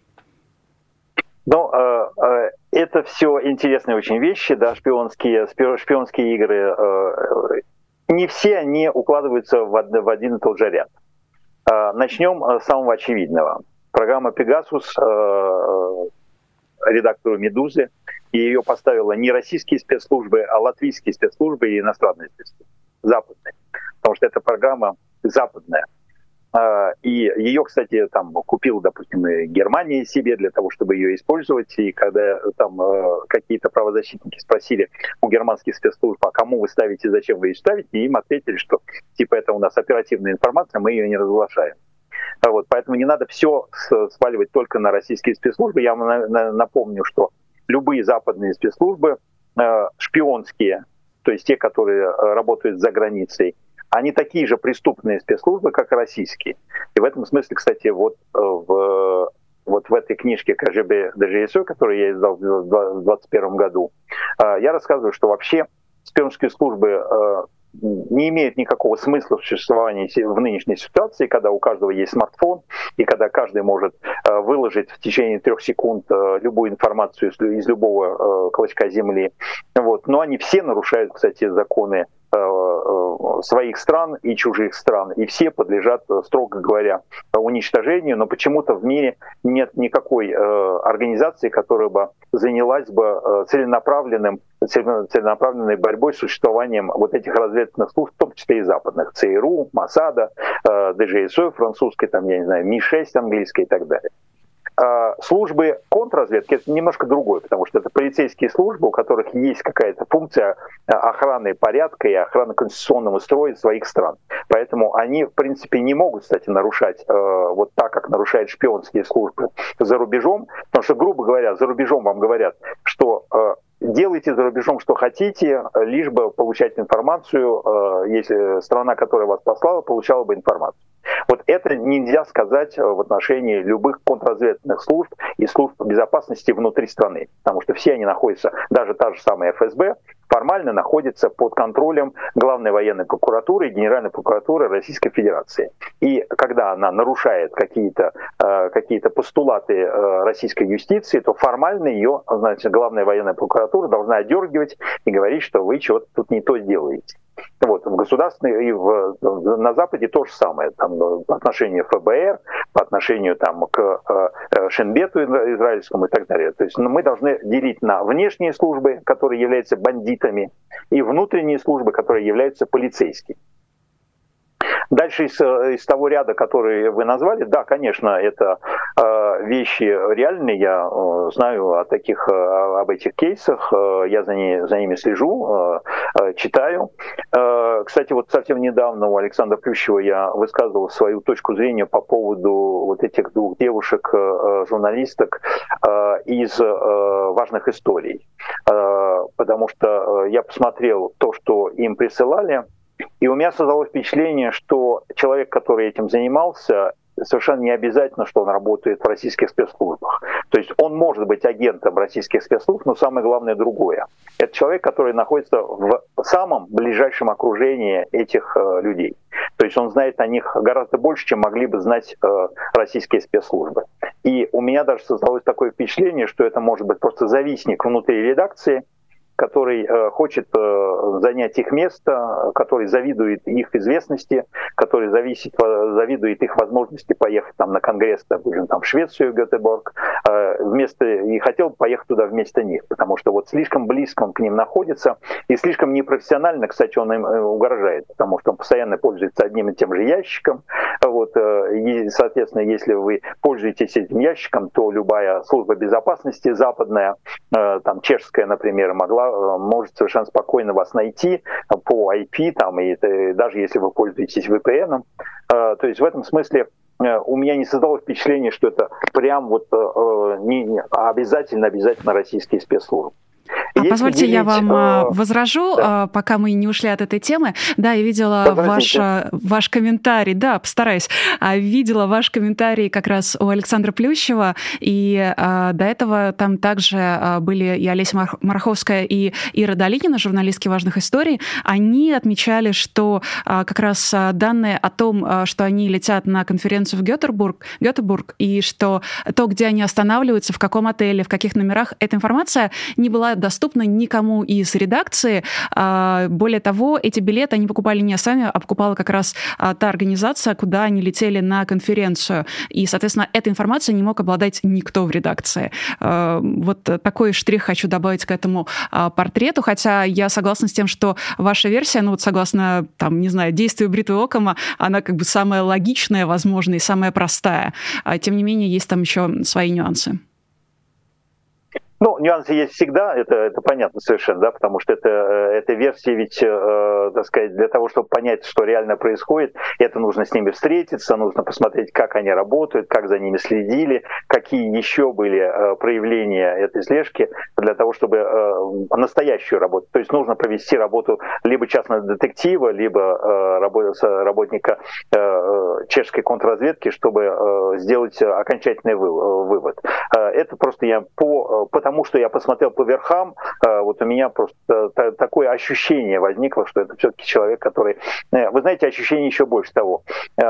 Это все интересные очень вещи, да, шпионские игры. Не все они укладываются в один и тот же ряд. Начнем с самого очевидного. Программа «Пегасус», редактору «Медузы», и ее поставила не российские спецслужбы, а латвийские спецслужбы и иностранные спецслужбы, западные. Потому что эта программа западная. И ее, кстати, там купил, допустим, и Германия себе для того, чтобы ее использовать. И когда там какие-то правозащитники спросили у германских спецслужб, а кому вы ставите, зачем вы ее ставите, и им ответили, что типа это у нас оперативная информация, мы ее не разглашаем. Вот, поэтому не надо все сваливать только на российские спецслужбы. Я вам напомню, что любые западные спецслужбы шпионские, то есть те, которые работают за границей, они такие же преступные спецслужбы, как и российские. И в этом смысле, кстати, вот в этой книжке КГБ ДЖСО, которую я издал в 2021 году, я рассказываю, что вообще шпионские службы не имеют никакого смысла в существовании в нынешней ситуации, когда у каждого есть смартфон, и когда каждый может выложить в течение 3 секунд любую информацию из любого клочка земли. Вот. Но они все нарушают, кстати, законы своих стран и чужих стран, и все подлежат, строго говоря, уничтожению, но почему-то в мире нет никакой организации, которая бы занялась бы целенаправленной борьбой с существованием вот этих разведывательных служб, в том числе и западных, ЦРУ, Моссада, ДЖСО французской, там, я не знаю, Ми-6 английской и так далее. Службы контрразведки — это немножко другое, потому что это полицейские службы, у которых есть какая-то функция охраны порядка и охраны конституционного строя своих стран. Поэтому они, в принципе, не могут, кстати, нарушать вот так, как нарушают шпионские службы за рубежом, потому что, грубо говоря, за рубежом вам говорят, что делайте за рубежом, что хотите, лишь бы получать информацию, если страна, которая вас послала, получала бы информацию. Вот это нельзя сказать в отношении любых контрразведывательных служб и служб безопасности внутри страны, потому что все они находятся, даже та же самая ФСБ, формально находится под контролем Главной военной прокуратуры и Генеральной прокуратуры Российской Федерации. И когда она нарушает какие-то постулаты российской юстиции, то формально ее, значит, Главная военная прокуратура должна одергивать и говорить, что вы чего-то тут не то делаете. Вот, в государственной и на Западе то же самое, там, по отношению к ФБР, по отношению там, к Шенбету израильскому и так далее. То есть мы должны делить на внешние службы, которые являются бандитами, и внутренние службы, которые являются полицейскими. Дальше из того ряда, который вы назвали, да, конечно, это вещи реальные, я знаю об этих кейсах, я за ними слежу, читаю. Кстати, вот совсем недавно у Александра Плющева я высказывал свою точку зрения по поводу вот этих 2 девушек-журналисток из «Важных историй», потому что я посмотрел то, что им присылали, и у меня создалось впечатление, что человек, который этим занимался, совершенно не обязательно, что он работает в российских спецслужбах. То есть он может быть агентом российских спецслужб, но самое главное другое. Это человек, который находится в самом ближайшем окружении этих людей. То есть он знает о них гораздо больше, чем могли бы знать российские спецслужбы. И у меня даже создалось такое впечатление, что это может быть просто завистник внутри редакции, который хочет занять их место, который завидует их известности, который завидует их возможности поехать там, на конгресс, допустим, там, в Швецию, Гетеборг, и хотел поехать туда вместо них, потому что вот слишком близко он к ним находится, и слишком непрофессионально, кстати, он им угрожает, потому что он постоянно пользуется одним и тем же ящиком. Вот, и, соответственно, если вы пользуетесь этим ящиком, то любая служба безопасности западная, там, чешская, например, может совершенно спокойно вас найти по IP, там, и даже если вы пользуетесь VPN. То есть в этом смысле у меня не создалось впечатление, что это прям вот не обязательно российские спецслужбы. Позвольте, я вам возражу, да, пока мы не ушли от этой темы. Да, я видела ваш комментарий, да, постараюсь. Видела ваш комментарий как раз у Александра Плющева, и до этого там также были и Олеся Марховская, и Ира Долинина, журналистки «Важных историй». Они отмечали, что как раз данные о том, что они летят на конференцию в Гетеборг, и что то, где они останавливаются, в каком отеле, в каких номерах, эта информация не была доступна никому из редакции. Более того, эти билеты они покупали не сами, а покупала как раз та организация, куда они летели на конференцию. И, соответственно, этой информацией не мог обладать никто в редакции. Вот такой штрих хочу добавить к этому портрету, хотя я согласна с тем, что ваша версия, ну вот согласно, там, не знаю, действию бритвы Оккама, она как бы самая логичная, возможно, и самая простая. Тем не менее, есть там еще свои нюансы. Ну, нюансы есть всегда, это понятно совершенно, да, потому что это версия ведь, так сказать, для того, чтобы понять, что реально происходит, это нужно с ними встретиться, нужно посмотреть, как они работают, как за ними следили, какие еще были проявления этой слежки для того, чтобы настоящую работу, то есть нужно провести работу либо частного детектива, либо работника чешской контрразведки, чтобы сделать окончательный вывод. Это просто потому что я посмотрел по верхам, вот у меня просто такое ощущение возникло, что это все-таки человек, который... Вы знаете, ощущение еще больше того.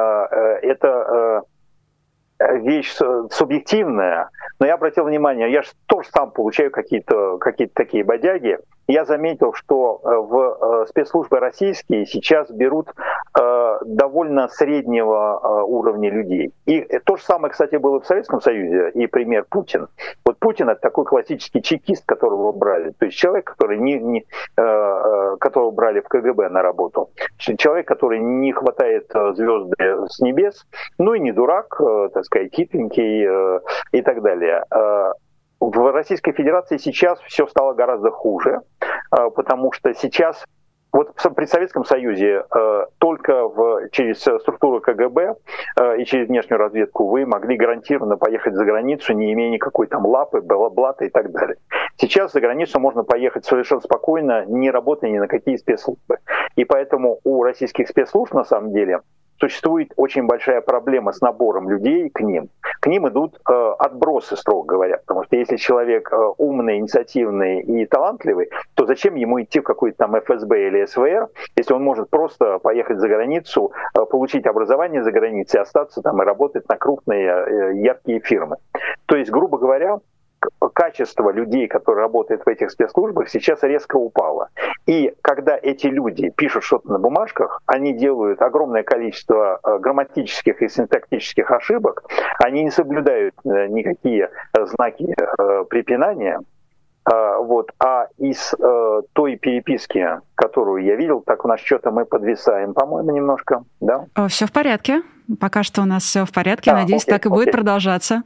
Это вещь субъективная, но я обратил внимание, я же тоже сам получаю какие-то такие бодяги. Я заметил, что в спецслужбы российские сейчас берут довольно среднего уровня людей. И то же самое, кстати, было в Советском Союзе, и пример Путин. Вот Путин — это такой классический чекист, которого брали. То есть человек, который которого брали в КГБ на работу. Человек, который не хватает звезды с небес, ну и не дурак, так сказать, хитренький и так далее. В Российской Федерации сейчас все стало гораздо хуже, потому что сейчас, вот при Советском Союзе только через структуру КГБ и через внешнюю разведку вы могли гарантированно поехать за границу, не имея никакой там лапы, блата и так далее. Сейчас за границу можно поехать совершенно спокойно, не работая ни на какие спецслужбы. И поэтому у российских спецслужб на самом деле существует очень большая проблема с набором людей к ним. К ним идут отбросы, строго говоря, потому что если человек умный, инициативный и талантливый, то зачем ему идти в какой-то там ФСБ или СВР, если он может просто поехать за границу, получить образование за границей, остаться там и работать на крупные яркие фирмы. То есть, грубо говоря, качество людей, которые работают в этих спецслужбах, сейчас резко упало. И когда эти люди пишут что-то на бумажках, они делают огромное количество грамматических и синтактических ошибок, они не соблюдают никакие знаки препинания. Вот. А из той переписки, которую я видел, так у нас что-то мы подвисаем, по-моему, немножко, да? Все в порядке. Пока что у нас все в порядке. Надеюсь, так и будет продолжаться.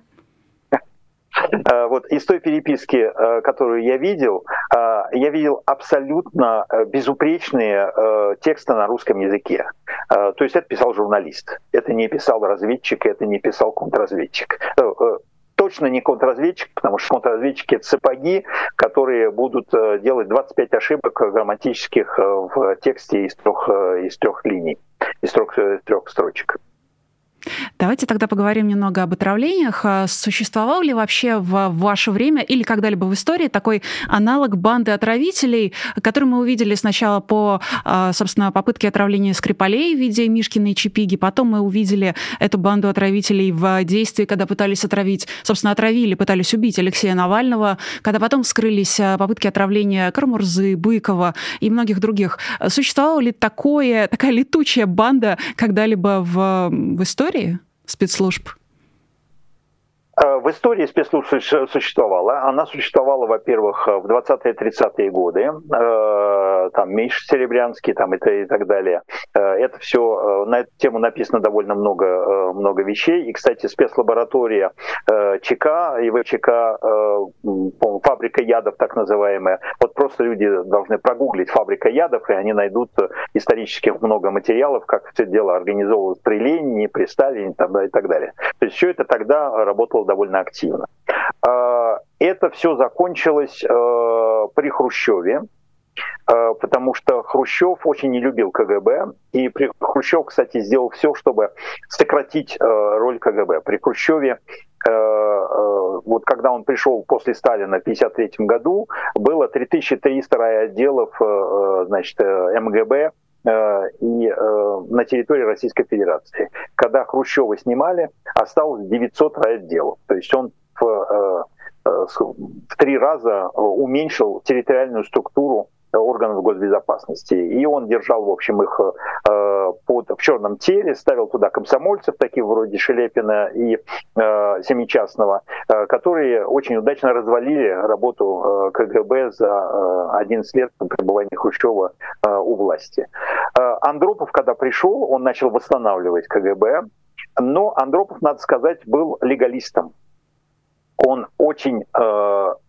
Вот из той переписки, которую я видел абсолютно безупречные тексты на русском языке. То есть это писал журналист, это не писал разведчик, это не писал контрразведчик. Точно не контрразведчик, потому что контрразведчики — это сапоги, которые будут делать 25 ошибок грамматических в тексте из трех линий, из трех строчек. Давайте тогда поговорим немного об отравлениях. Существовал ли вообще в ваше время или когда-либо в истории такой аналог банды отравителей, который мы увидели сначала по, собственно, попытке отравления Скрипалей в виде Мишкина и Чипиги, потом мы увидели эту банду отравителей в действии, когда пытались пытались убить Алексея Навального, когда потом вскрылись попытки отравления Карамурзы, Быкова и многих других. Существовала ли такая летучая банда когда-либо в истории спецслужб? В истории спецслужб существовала. Она существовала, во-первых, в 20-30-е годы. Там Миша Серебрянский там, и так далее. Это все, на эту тему написано довольно много вещей. И, кстати, спецлаборатория ЧК и ВЧК, фабрика ядов так называемая. Вот просто люди должны прогуглить фабрика ядов, и они найдут исторических много материалов, как все дело организовывалось при Ленине, при Сталине и так далее. То есть все это тогда работало довольно активно. Это все закончилось при Хрущеве, потому что Хрущев очень не любил КГБ, и Хрущев, кстати, сделал все, чтобы сократить роль КГБ. При Хрущеве, вот когда он пришел после Сталина в 1953 году, было 3300 райотделов, значит, МГБ, и на территории Российской Федерации. Когда Хрущева снимали, осталось 900 райотделов. То есть он в 3 раза уменьшил территориальную структуру органов госбезопасности. И он держал, в общем, их в черном теле, ставил туда комсомольцев, таких вроде Шелепина и Семичастного, которые очень удачно развалили работу КГБ за 11 лет пребывания Хрущева у власти. Андропов, когда пришел, он начал восстанавливать КГБ, но Андропов, надо сказать, был легалистом. Он очень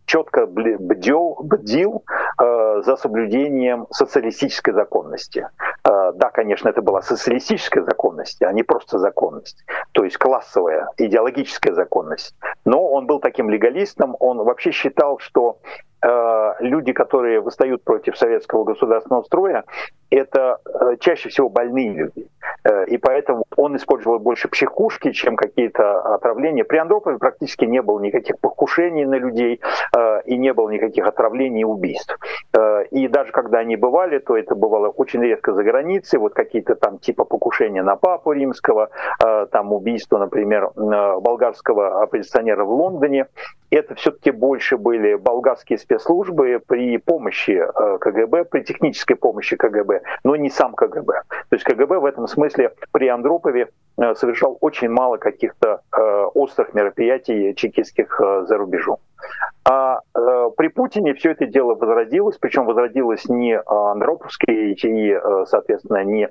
четко бдил за соблюдением социалистической законности. Да, конечно, это была социалистическая законность, а не просто законность, то есть классовая, идеологическая законность. Но он был таким легалистом, он вообще считал, что люди, которые восстают против советского государственного строя, это чаще всего больные люди. И поэтому он использовал больше психушки, чем какие-то отравления. При Андропове практически не было никаких покушений на людей и не было никаких отравлений и убийств. И даже когда они бывали, то это бывало очень редко за границей. Вот какие-то там типа покушения на папу римского, там убийство, например, болгарского оппозиционера в Лондоне. Это все-таки больше были болгарские спецслужбы при помощи КГБ, при технической помощи КГБ, но не сам КГБ. То есть КГБ в этом смысле при Андропове совершал очень мало каких-то острых мероприятий чекистских за рубежом. А при Путине все это дело возродилось, причем возродилось не андроповские и, соответственно, не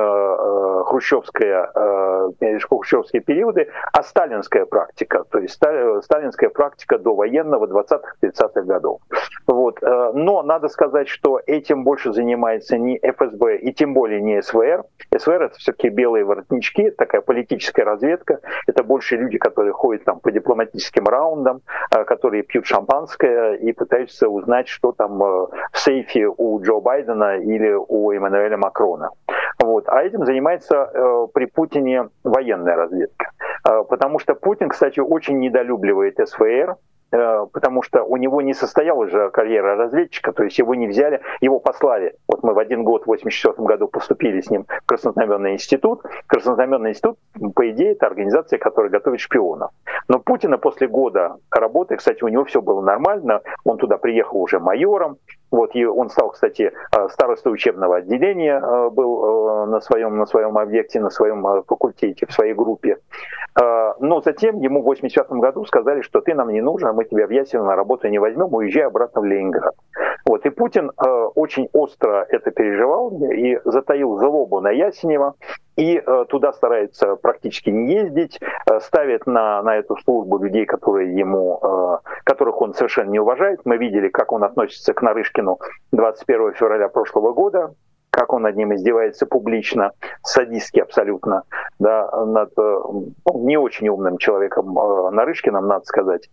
хрущевские периоды, а сталинская практика, то есть сталинская практика довоенного 20-30-х годов. Вот. Но надо сказать, что этим больше занимается не ФСБ и тем более не СВР. СВР — это все-таки белые воротнички, такая политическая разведка. Это больше люди, которые ходят там по дипломатическим раундам, которые пьют шампанское и пытаются узнать, что там в сейфе у Джо Байдена или у Эммануэля Макрона. Вот. А этим занимается при Путине военная разведка. Потому что Путин, кстати, очень недолюбливает СВР, потому что у него не состоялась же карьера разведчика, то есть его не взяли, его послали. Вот мы в один год, в 1984 году, поступили с ним в Краснознаменный институт. Краснознаменный институт, по идее, это организация, которая готовит шпионов. Но Путина после года работы, кстати, у него все было нормально, он туда приехал уже майором. Вот, и он стал, кстати, старостой учебного отделения, был на своем объекте, на своем факультете, в своей группе. Но затем ему в 1985 году сказали, что ты нам не нужен, мы тебя в Ясево на работу не возьмем, уезжай обратно в Ленинград. Вот, и Путин очень остро это переживал и затаил злобу на Ясенева, и туда старается практически не ездить, ставит на эту службу людей, которых он совершенно не уважает. Мы видели, как он относится к Нарышкину 21 февраля прошлого года, как он над ним издевается публично, садистски абсолютно, да, над не очень умным человеком Нарышкиным, надо сказать.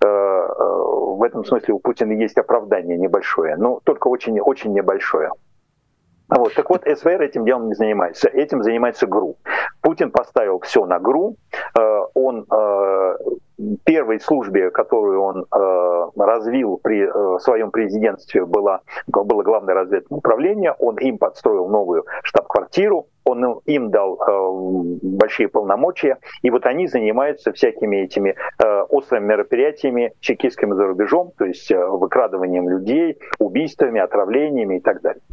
В этом смысле у Путина есть оправдание небольшое, но только очень небольшое. Вот. Так вот, СВР этим делом не занимается. Этим занимается ГРУ. Путин поставил все на ГРУ. Он первой службе, которую он развил при своем президентстве, было Главное разведывательное управление. Он им подстроил новую штаб-квартиру. Он им дал большие полномочия. И вот они занимаются всякими этими острыми мероприятиями чекистскими за рубежом, то есть выкрадыванием людей, убийствами, отравлениями и так далее.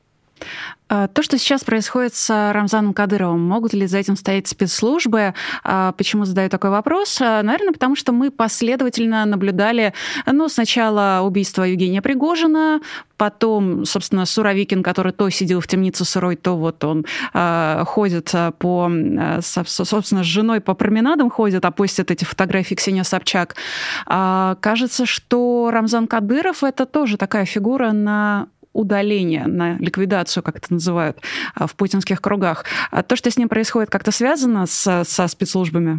То, что сейчас происходит с Рамзаном Кадыровым, могут ли за этим стоять спецслужбы? Почему задаю такой вопрос? Наверное, потому что мы последовательно наблюдали, сначала убийство Евгения Пригожина, потом, собственно, Суровикин, который то сидел в темнице сырой, то вот он ходит собственно, с женой по променадам ходит, а постит эти фотографии Ксения Собчак. Кажется, что Рамзан Кадыров — это тоже такая фигура на удаление, на ликвидацию, как это называют в путинских кругах. А то, что с ним происходит, как-то связано со спецслужбами?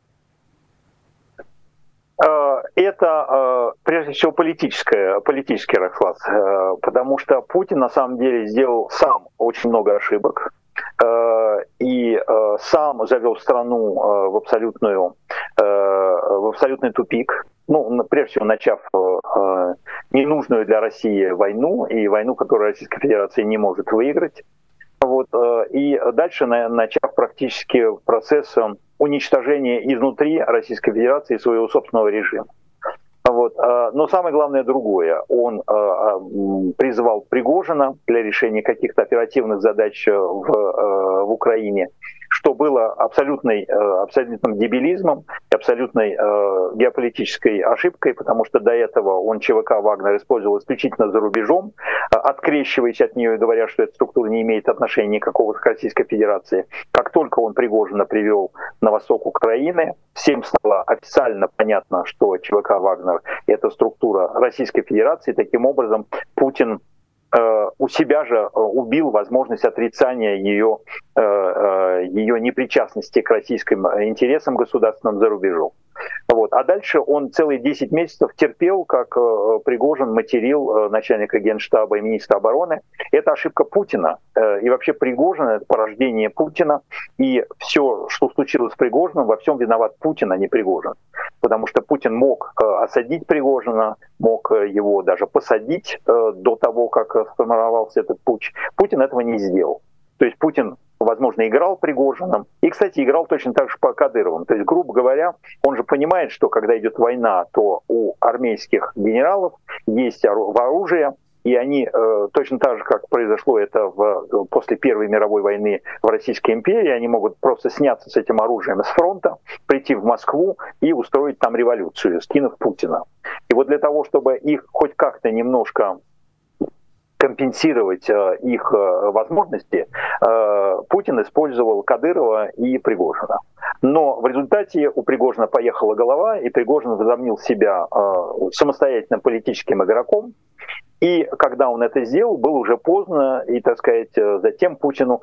Это, прежде всего, политический расклад, потому что Путин, на самом деле, сделал сам очень много ошибок и сам завел страну в абсолютный тупик. Прежде всего, начав ненужную для России войну, и войну, которую Российская Федерация не может выиграть. Вот, и дальше начав практически процесс уничтожения изнутри Российской Федерации своего собственного режима. Вот. Но самое главное другое. Он призвал Пригожина для решения каких-то оперативных задач в Украине, что было абсолютным дебилизмом, абсолютной геополитической ошибкой, потому что до этого он ЧВК «Вагнер» использовал исключительно за рубежом, открещиваясь от нее и говоря, что эта структура не имеет отношения никакого к Российской Федерации. Как только он Пригожина привел на восток Украины, всем стало официально понятно, что ЧВК «Вагнер» — это структура Российской Федерации. Таким образом, Путин у себя же убил возможность отрицания ее непричастности к российским интересам государственным за рубежом. Вот. А дальше он целые 10 месяцев терпел, как Пригожин материл начальника Генштаба и министра обороны. Это ошибка Путина. И вообще Пригожин — это порождение Путина. И все, что случилось с Пригожиным, во всем виноват Путин, а не Пригожин. Потому что Путин мог осадить Пригожина, мог его даже посадить до того, как сформировался этот путч. Путин этого не сделал. То есть Путин, возможно, играл Пригожиным. И, кстати, играл точно так же по Кадыровым. То есть, грубо говоря, он же понимает, что когда идет война, то у армейских генералов есть оружие, и они точно так же, как произошло это после Первой мировой войны в Российской империи, они могут просто сняться с этим оружием с фронта, прийти в Москву и устроить там революцию, скинув Путина. И вот для того, чтобы их хоть как-то немножко компенсировать их возможности, Путин использовал Кадырова и Пригожина. Но в результате у Пригожина поехала голова, и Пригожин возомнил себя самостоятельным политическим игроком. И когда он это сделал, было уже поздно, и, так сказать, затем Путин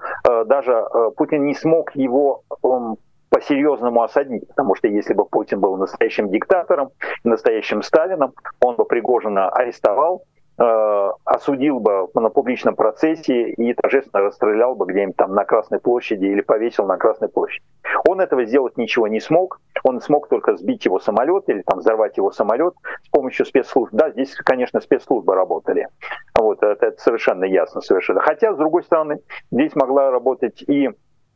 не смог его по-серьезному осадить, потому что если бы Путин был настоящим диктатором, настоящим Сталином, он бы Пригожина арестовал, осудил бы на публичном процессе и торжественно расстрелял бы где-нибудь там на Красной площади или повесил на Красной площади. Он этого сделать ничего не смог. Он смог только сбить его самолет или там взорвать его самолет с помощью спецслужб. Да, здесь, конечно, спецслужбы работали. Вот, это совершенно ясно. Совершенно. Хотя, с другой стороны, здесь могла работать и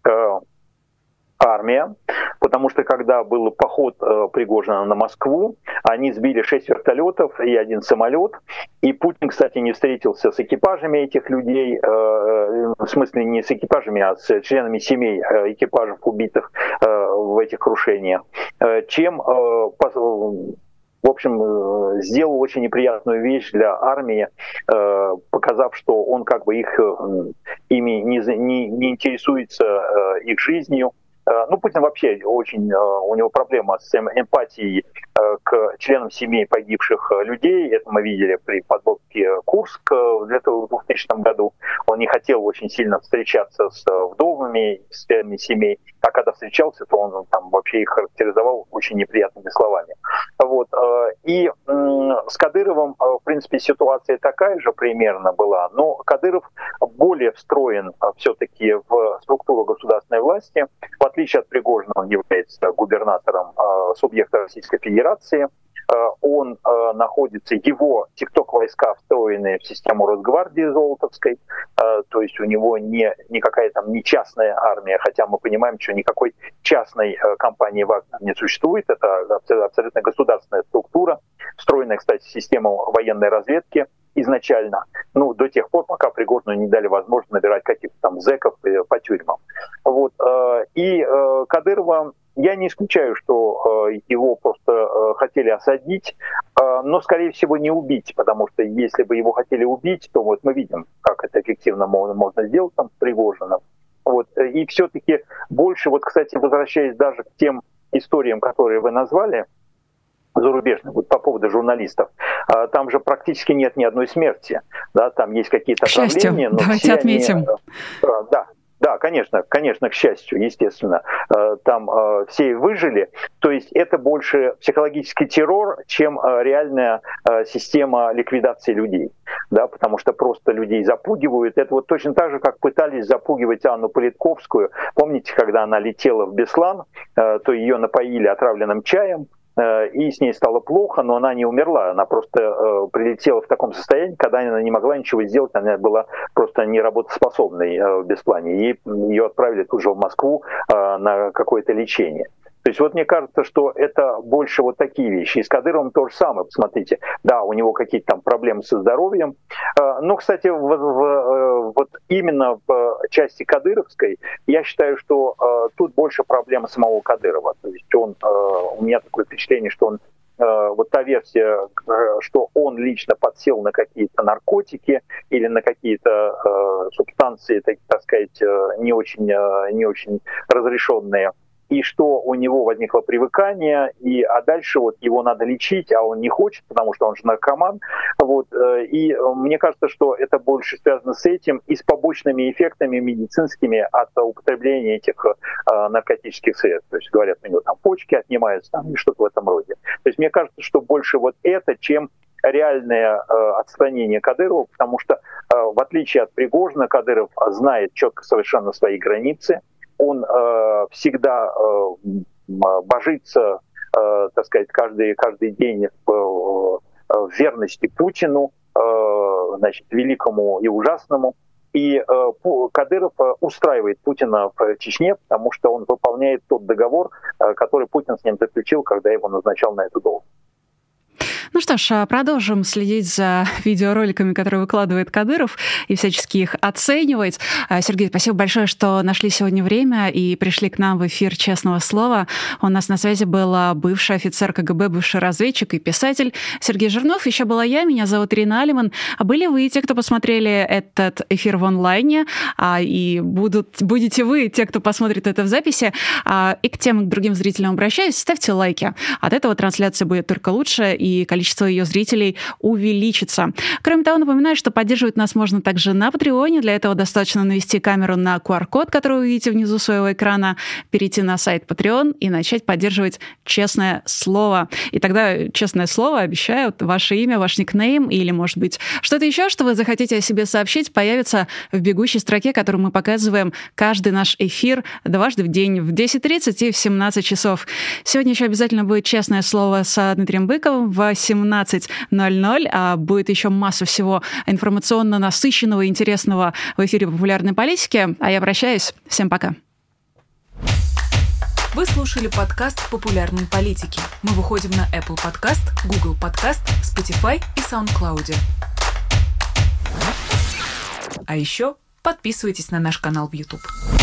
армия, потому что когда был поход Пригожина на Москву, они сбили 6 вертолетов и 1 самолет, и Путин, кстати, не встретился с экипажами этих людей, в смысле не с экипажами, а с членами семей экипажев убитых в этих крушениях, чем, в общем, сделал очень неприятную вещь для армии, показав, что он как бы ими не интересуется их жизнью. Ну, Путин вообще очень, у него проблема с эмпатией к членам семей погибших людей. Это мы видели при подводке Курск в 2000 году. Он не хотел очень сильно встречаться с вдовами, с членами семей. А когда встречался, то он там вообще их характеризовал очень неприятными словами. Вот. И с Кадыровым, в принципе, ситуация такая же примерно была. Но Кадыров более встроен все-таки в структуру государственной власти. В отличие от Пригожина, он является губернатором субъекта Российской Федерации. Он находится, его тикток-войска встроены в систему Росгвардии Золотовской, то есть у него никакая там не частная армия, хотя мы понимаем, что никакой частной компании «Вагнер» не существует, это абсолютно государственная структура, встроенная, кстати, в систему военной разведки изначально, ну, до тех пор, пока Пригожину не дали возможность набирать каких-то там зэков по тюрьмам. Вот. И Кадырова, я не исключаю, что его просто хотели осадить, но, скорее всего, не убить, потому что если бы его хотели убить, то вот мы видим, как это эффективно можно сделать там с Пригожиным. Вот. И все-таки больше, вот, кстати, возвращаясь даже к тем историям, которые вы назвали, зарубежных, вот по поводу журналистов, там же практически нет ни одной смерти, да, там есть какие-то отравления, но давайте отметим. Да, конечно, к счастью, естественно, там все выжили. То есть это больше психологический террор, чем реальная система ликвидации людей. Да, потому что просто людей запугивают. Это вот точно так же, как пытались запугивать Анну Политковскую. Помните, когда она летела в Беслан, то ее напоили отравленным чаем, и с ней стало плохо, но она не умерла, она просто прилетела в таком состоянии, когда она не могла ничего сделать, она была просто неработоспособной в Бесплане, и ее отправили тут же в Москву на какое-то лечение. То есть вот мне кажется, что это больше вот такие вещи. И с Кадыровым то же самое, посмотрите. Да, у него какие-то там проблемы со здоровьем, Кстати, вот именно в части кадыровской я считаю, что тут больше проблема самого Кадырова. То есть у меня такое впечатление, что он вот та версия, что он лично подсел на какие-то наркотики или на какие-то субстанции, так сказать, не очень разрешенные, и что у него возникло привыкание, а дальше вот его надо лечить, а он не хочет, потому что он же наркоман. И мне кажется, что это больше связано с этим и с побочными эффектами медицинскими от употребления этих наркотических средств. То есть говорят, у него там почки отнимаются, там, и что-то в этом роде. То есть мне кажется, что больше вот это, чем реальное отстранение Кадырова, потому что в отличие от Пригожина, Кадыров знает четко совершенно свои границы. Он всегда божится, так сказать, каждый день в верности Путину, великому и ужасному. И Кадыров устраивает Путина в Чечне, потому что он выполняет тот договор, который Путин с ним заключил, когда его назначал на эту должность. Ну что ж, продолжим следить за видеороликами, которые выкладывает Кадыров, и всячески их оценивать. Сергей, спасибо большое, что нашли сегодня время и пришли к нам в эфир «Честного слова». У нас на связи был бывший офицер КГБ, бывший разведчик и писатель Сергей Жирнов. Еще была я, меня зовут Ирина Алиман. А были вы те, кто посмотрели этот эфир в онлайне, и будете вы, те, кто посмотрит это в записи. И к тем, и к другим зрителям обращаюсь, ставьте лайки. От этого трансляция будет только лучше, и количество ее зрителей увеличится. Кроме того, напоминаю, что поддерживать нас можно также на Патреоне. Для этого достаточно навести камеру на QR-код, который вы видите внизу своего экрана, перейти на сайт Patreon и начать поддерживать «Честное слово». И тогда «Честное слово», обещаю, ваше имя, ваш никнейм или, может быть, что-то еще, что вы захотите о себе сообщить, появится в бегущей строке, которую мы показываем каждый наш эфир дважды в день в 10:30 и в 17 часов. Сегодня еще обязательно будет «Честное слово» с Дмитрием Быковым в 17:00, а будет еще масса всего информационно насыщенного и интересного в эфире популярной политики. А я прощаюсь. Всем пока. Вы слушали подкаст «Популярной политики». Мы выходим на Apple Podcast, Google Podcast, Spotify и SoundCloud. А еще подписывайтесь на наш канал в YouTube.